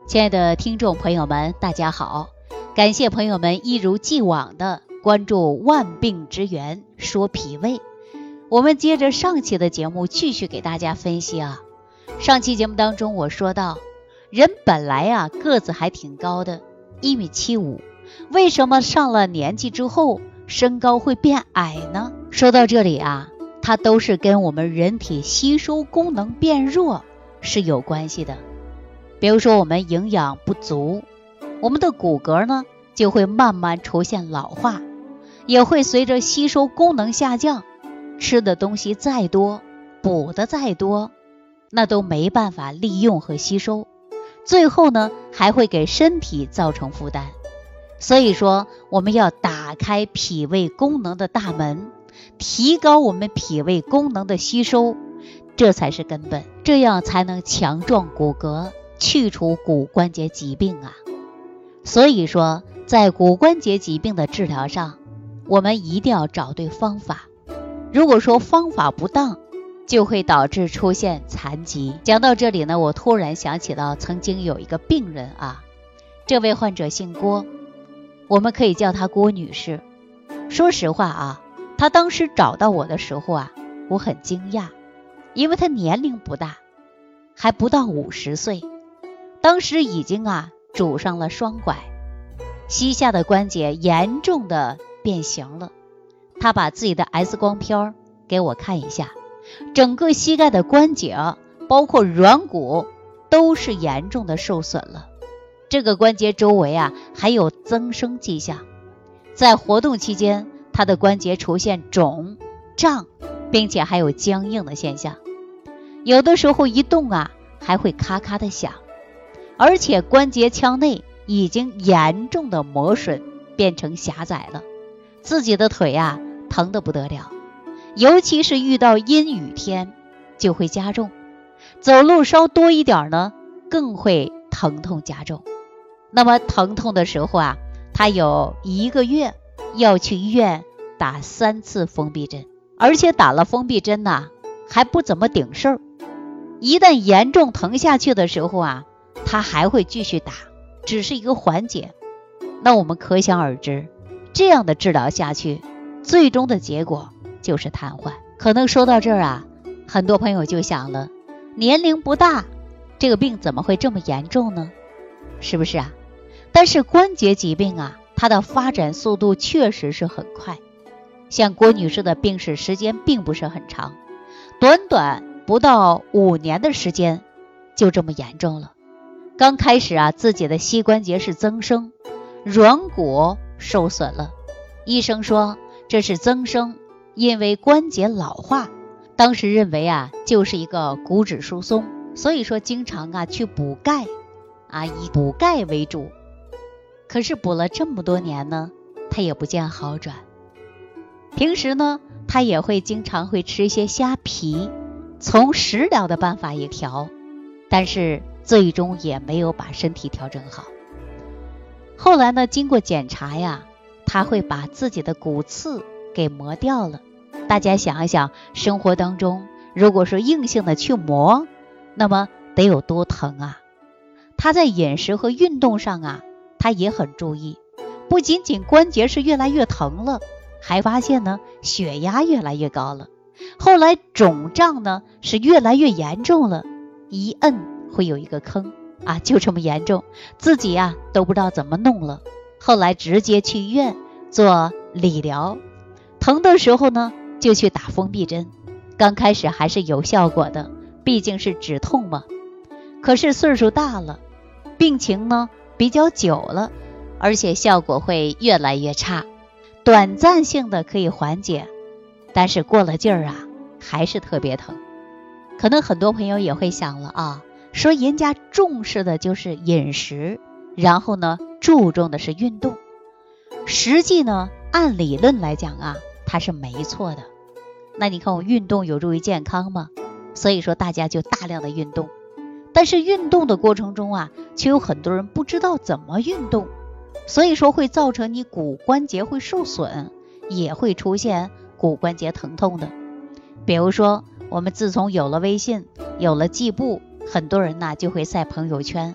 亲爱的听众朋友们，大家好，感谢朋友们一如既往的关注万病之源说脾胃。我们接着上期的节目继续给大家分析上期节目当中我说到，人本来个子还挺高的，1.75米，为什么上了年纪之后身高会变矮呢？说到这里它都是跟我们人体吸收功能变弱是有关系的。比如说我们营养不足，我们的骨骼呢就会慢慢出现老化，也会随着吸收功能下降，吃的东西再多，补的再多，那都没办法利用和吸收，最后呢还会给身体造成负担。所以说我们要打开脾胃功能的大门，提高我们脾胃功能的吸收，这才是根本，这样才能强壮骨骼，去除骨关节疾病所以说在骨关节疾病的治疗上，我们一定要找对方法，如果说方法不当，就会导致出现残疾。讲到这里呢，我突然想起到曾经有一个病人这位患者姓郭，我们可以叫她郭女士。说实话她当时找到我的时候我很惊讶，因为她年龄不大，还不到50岁，当时已经拄上了双拐，膝下的关节严重的变形了。她把自己的 X 光片给我看一下，整个膝盖的关节包括软骨都是严重的受损了，这个关节周围还有增生迹象，在活动期间她的关节出现肿胀，并且还有僵硬的现象，有的时候一动还会咔咔的响，而且关节腔内已经严重的磨损变成狭窄了，自己的腿疼得不得了，尤其是遇到阴雨天就会加重，走路稍多一点呢更会疼痛加重。那么疼痛的时候他有1个月要去医院打3次封闭针，而且打了封闭针还不怎么顶事儿，一旦严重疼下去的时候他还会继续打，只是一个缓解。那我们可想而知，这样的治疗下去，最终的结果就是瘫痪。可能说到这儿很多朋友就想了，年龄不大，这个病怎么会这么严重呢？是不是但是关节疾病它的发展速度确实是很快，像郭女士的病史时间并不是很长，短短不到5年的时间就这么严重了。刚开始自己的膝关节是增生，软骨受损了，医生说这是增生，因为关节老化，当时认为就是一个骨质疏松，所以说经常去补钙以补钙为主。可是补了这么多年呢，他也不见好转。平时呢他也会经常会吃一些虾皮，从食疗的办法也调，但是最终也没有把身体调整好。后来呢经过检查他会把自己的骨刺给磨掉了。大家想一想，生活当中如果说硬性的去磨，那么得有多疼他在饮食和运动上他也很注意，不仅仅关节是越来越疼了，还发现呢血压越来越高了，后来肿胀呢是越来越严重了，一摁会有一个坑就这么严重，自己都不知道怎么弄了。后来直接去医院做理疗，疼的时候呢就去打封闭针，刚开始还是有效果的，毕竟是止痛嘛。可是岁数大了，病情呢比较久了，而且效果会越来越差，短暂性的可以缓解，但是过了劲儿还是特别疼。可能很多朋友也会想了说人家重视的就是饮食，然后呢注重的是运动，实际呢按理论来讲它是没错的。那你看我运动有助于健康吗？所以说大家就大量的运动，但是运动的过程中却有很多人不知道怎么运动，所以说会造成你骨关节会受损，也会出现骨关节疼痛的。比如说我们自从有了微信，有了计步，很多人就会晒朋友圈，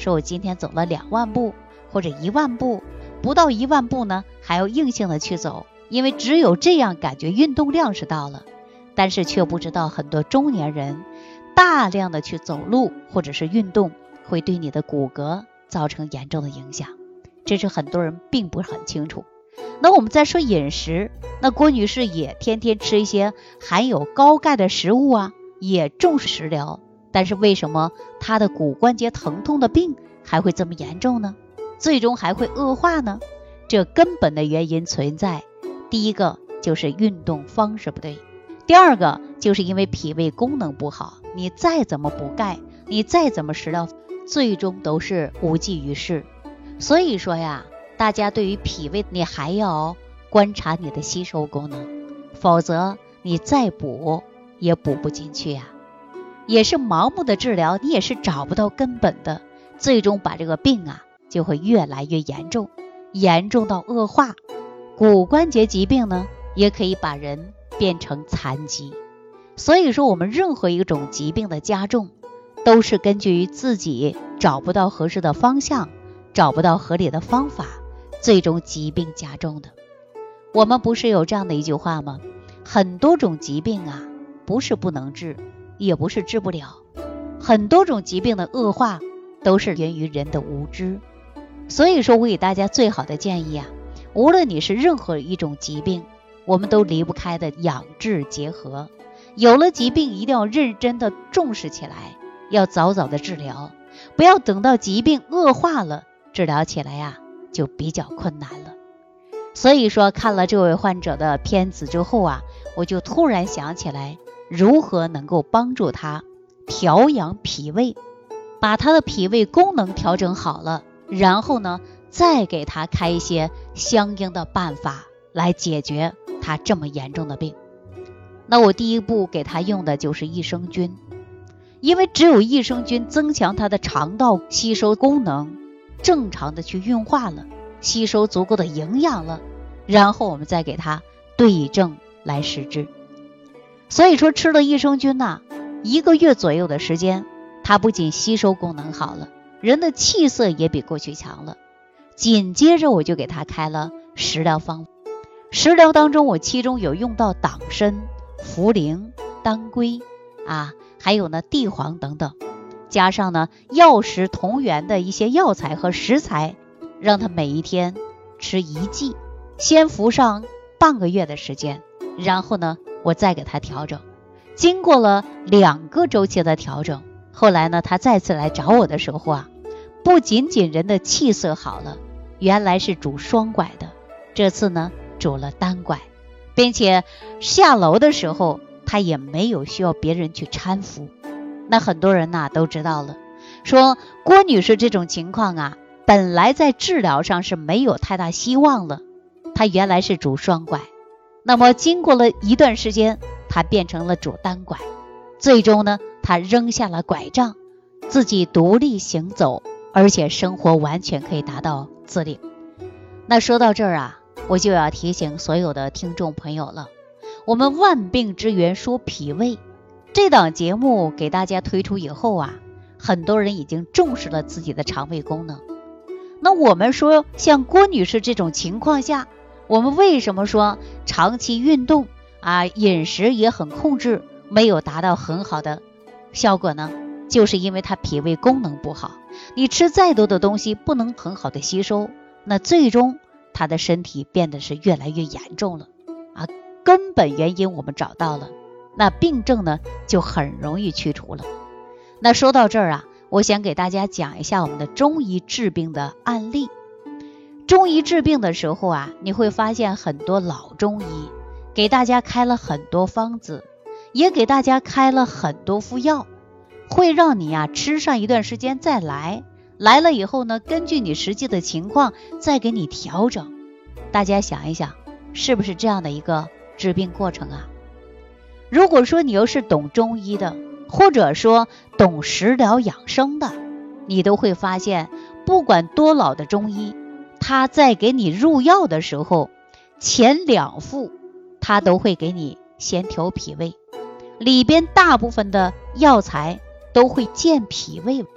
说我今天走了2万步或者1万步，不到1万步呢还要硬性的去走，因为只有这样感觉运动量是到了，但是却不知道很多中年人大量的去走路或者是运动会对你的骨骼造成严重的影响，这是很多人并不是很清楚。那我们再说饮食，那郭女士也天天吃一些含有高钙的食物啊，也重视食疗，但是为什么她的骨关节疼痛的病还会这么严重呢？最终还会恶化呢？这根本的原因存在，第一个就是运动方式不对，第二个就是因为脾胃功能不好，你再怎么补钙，你再怎么食疗，最终都是无济于事。所以说呀，大家对于脾胃，你还要观察你的吸收功能，否则你再补也补不进去呀。也是盲目的治疗，你也是找不到根本的，最终把这个病啊就会越来越严重，严重到恶化。骨关节疾病呢，也可以把人变成残疾。所以说我们任何一种疾病的加重，都是根据于自己找不到合适的方向，找不到合理的方法，最终疾病加重的。我们不是有这样的一句话吗？很多种疾病啊，不是不能治，也不是治不了，很多种疾病的恶化都是源于人的无知。所以说我给大家最好的建议啊，无论你是任何一种疾病，我们都离不开的养治结合。有了疾病一定要认真的重视起来，要早早的治疗，不要等到疾病恶化了，治疗起来呀就比较困难了。所以说看了这位患者的片子之后啊，我就突然想起来如何能够帮助他调养脾胃，把他的脾胃功能调整好了，然后呢再给他开一些相应的办法来解决他这么严重的病。那我第一步给他用的就是益生菌，因为只有益生菌增强他的肠道吸收功能，正常的去运化了，吸收足够的营养了，然后我们再给他对症来施治。所以说吃了益生菌啊，1个月左右的时间，他不仅吸收功能好了，人的气色也比过去强了。紧接着我就给他开了食疗方法，食疗当中我其中有用到党参、茯苓、当归啊，还有呢地黄等等，加上呢药食同源的一些药材和食材，让他每一天吃1剂，先服上半个月的时间，然后呢我再给他调整。经过了2个周期的调整，后来呢他再次来找我的时候啊，不仅仅人的气色好了，原来是拄双拐的，这次呢拄了单拐，并且下楼的时候他也没有需要别人去搀扶。那很多人呢都知道了，说郭女士这种情况啊，本来在治疗上是没有太大希望了，她原来是拄双拐，那么经过了一段时间，她变成了拄单拐，最终呢她扔下了拐杖，自己独立行走，而且生活完全可以达到自理。那说到这儿啊，我就要提醒所有的听众朋友了，我们万病之源说脾胃这档节目给大家推出以后啊，很多人已经重视了自己的肠胃功能。那我们说像郭女士这种情况下，我们为什么说长期运动啊，饮食也很控制，没有达到很好的效果呢？就是因为她脾胃功能不好，你吃再多的东西不能很好的吸收，那最终她的身体变得是越来越严重了啊。根本原因我们找到了，那病症呢就很容易去除了。那说到这儿啊，我想给大家讲一下我们的中医治病的案例。中医治病的时候啊，你会发现很多老中医给大家开了很多方子，也给大家开了很多副药，会让你啊吃上一段时间再来了以后呢，根据你实际的情况再给你调整。大家想一想，是不是这样的一个治病过程啊？如果说你又是懂中医的，或者说懂食疗养生的，你都会发现，不管多老的中医，他在给你入药的时候，前2副他都会给你先调脾胃，里边大部分的药材都会健脾胃。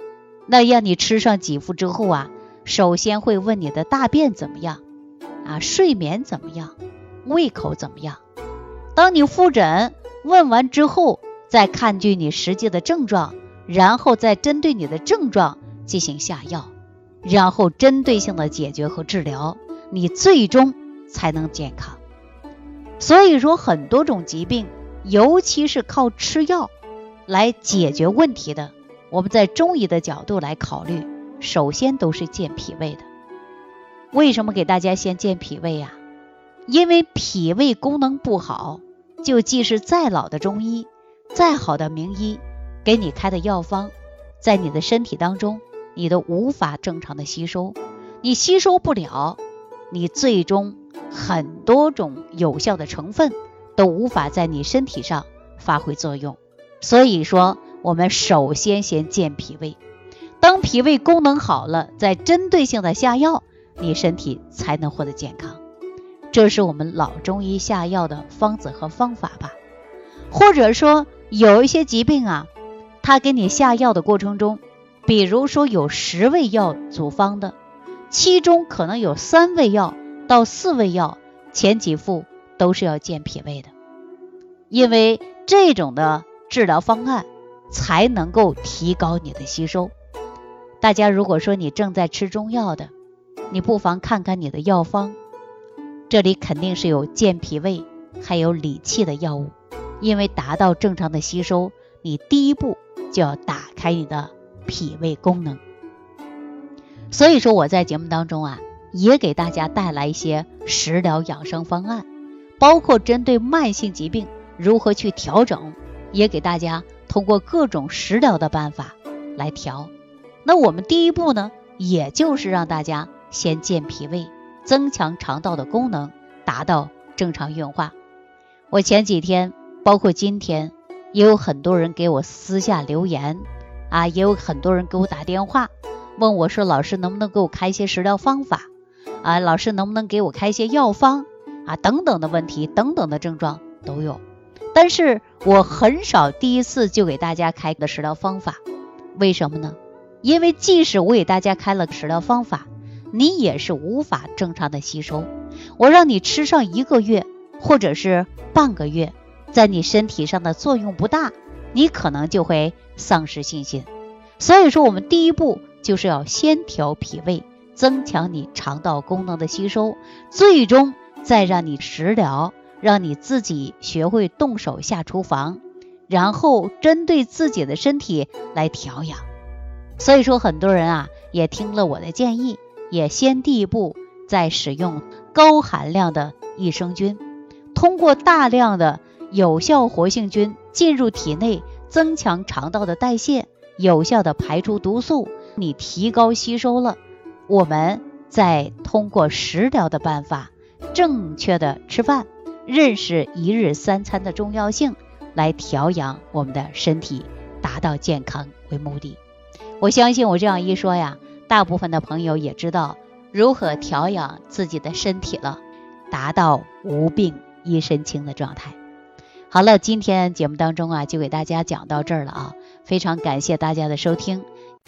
那让你吃上几副之后啊，首先会问你的大便怎么样啊，睡眠怎么样，胃口怎么样。当你复诊问完之后，再看据你实际的症状，然后再针对你的症状进行下药，然后针对性的解决和治疗，你最终才能健康。所以说很多种疾病，尤其是靠吃药来解决问题的，我们在中医的角度来考虑，首先都是健脾胃的。为什么给大家先健脾胃呀？因为脾胃功能不好，就即使再老的中医，再好的名医给你开的药方，在你的身体当中你都无法正常的吸收，你吸收不了，你最终很多种有效的成分都无法在你身体上发挥作用。所以说我们首先健脾胃，当脾胃功能好了，再针对性的下药，你身体才能获得健康。这是我们老中医下药的方子和方法吧。或者说有一些疾病啊，他给你下药的过程中，比如说有10味药组方的，其中可能有3味药到4味药，前几副都是要健脾胃的，因为这种的治疗方案才能够提高你的吸收。大家如果说你正在吃中药的，你不妨看看你的药方，这里肯定是有健脾胃还有理气的药物，因为达到正常的吸收，你第一步就要打开你的脾胃功能。所以说我在节目当中啊，也给大家带来一些食疗养生方案，包括针对慢性疾病如何去调整，也给大家通过各种食疗的办法来调。那我们第一步呢，也就是让大家先健脾胃，增强肠道的功能，达到正常运化。我前几天包括今天也有很多人给我私下留言啊，也有很多人给我打电话问我说，老师能不能给我开一些食疗方法啊，老师能不能给我开一些药方啊，等等的问题，等等的症状都有。但是我很少第一次就给大家开的食疗方法，为什么呢？因为即使我给大家开了食疗方法，你也是无法正常的吸收。我让你吃上1个月或者是半个月，在你身体上的作用不大，你可能就会丧失信心。所以说我们第一步就是要先调脾胃，增强你肠道功能的吸收，最终再让你食疗，让你自己学会动手下厨房，然后针对自己的身体来调养。所以说很多人啊也听了我的建议，也先第一步在使用高含量的益生菌，通过大量的有效活性菌进入体内，增强肠道的代谢，有效的排出毒素，你提高吸收了，我们再通过食疗的办法，正确的吃饭，认识1日3餐的重要性，来调养我们的身体，达到健康为目的。我相信我这样一说呀，大部分的朋友也知道如何调养自己的身体了，达到无病一身轻的状态。好了，今天节目当中啊，就给大家讲到这儿了啊，非常感谢大家的收听。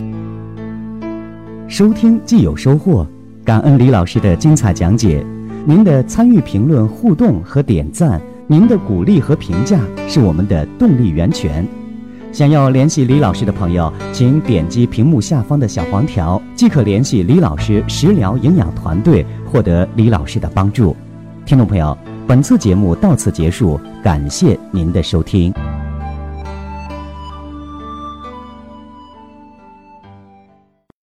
收听既有收获，感恩李老师的精彩讲解。您的参与、评论、互动和点赞，您的鼓励和评价是我们的动力源泉。想要联系李老师的朋友，请点击屏幕下方的小黄条，即可联系李老师食疗营养团队，获得李老师的帮助。听众朋友，本次节目到此结束，感谢您的收听。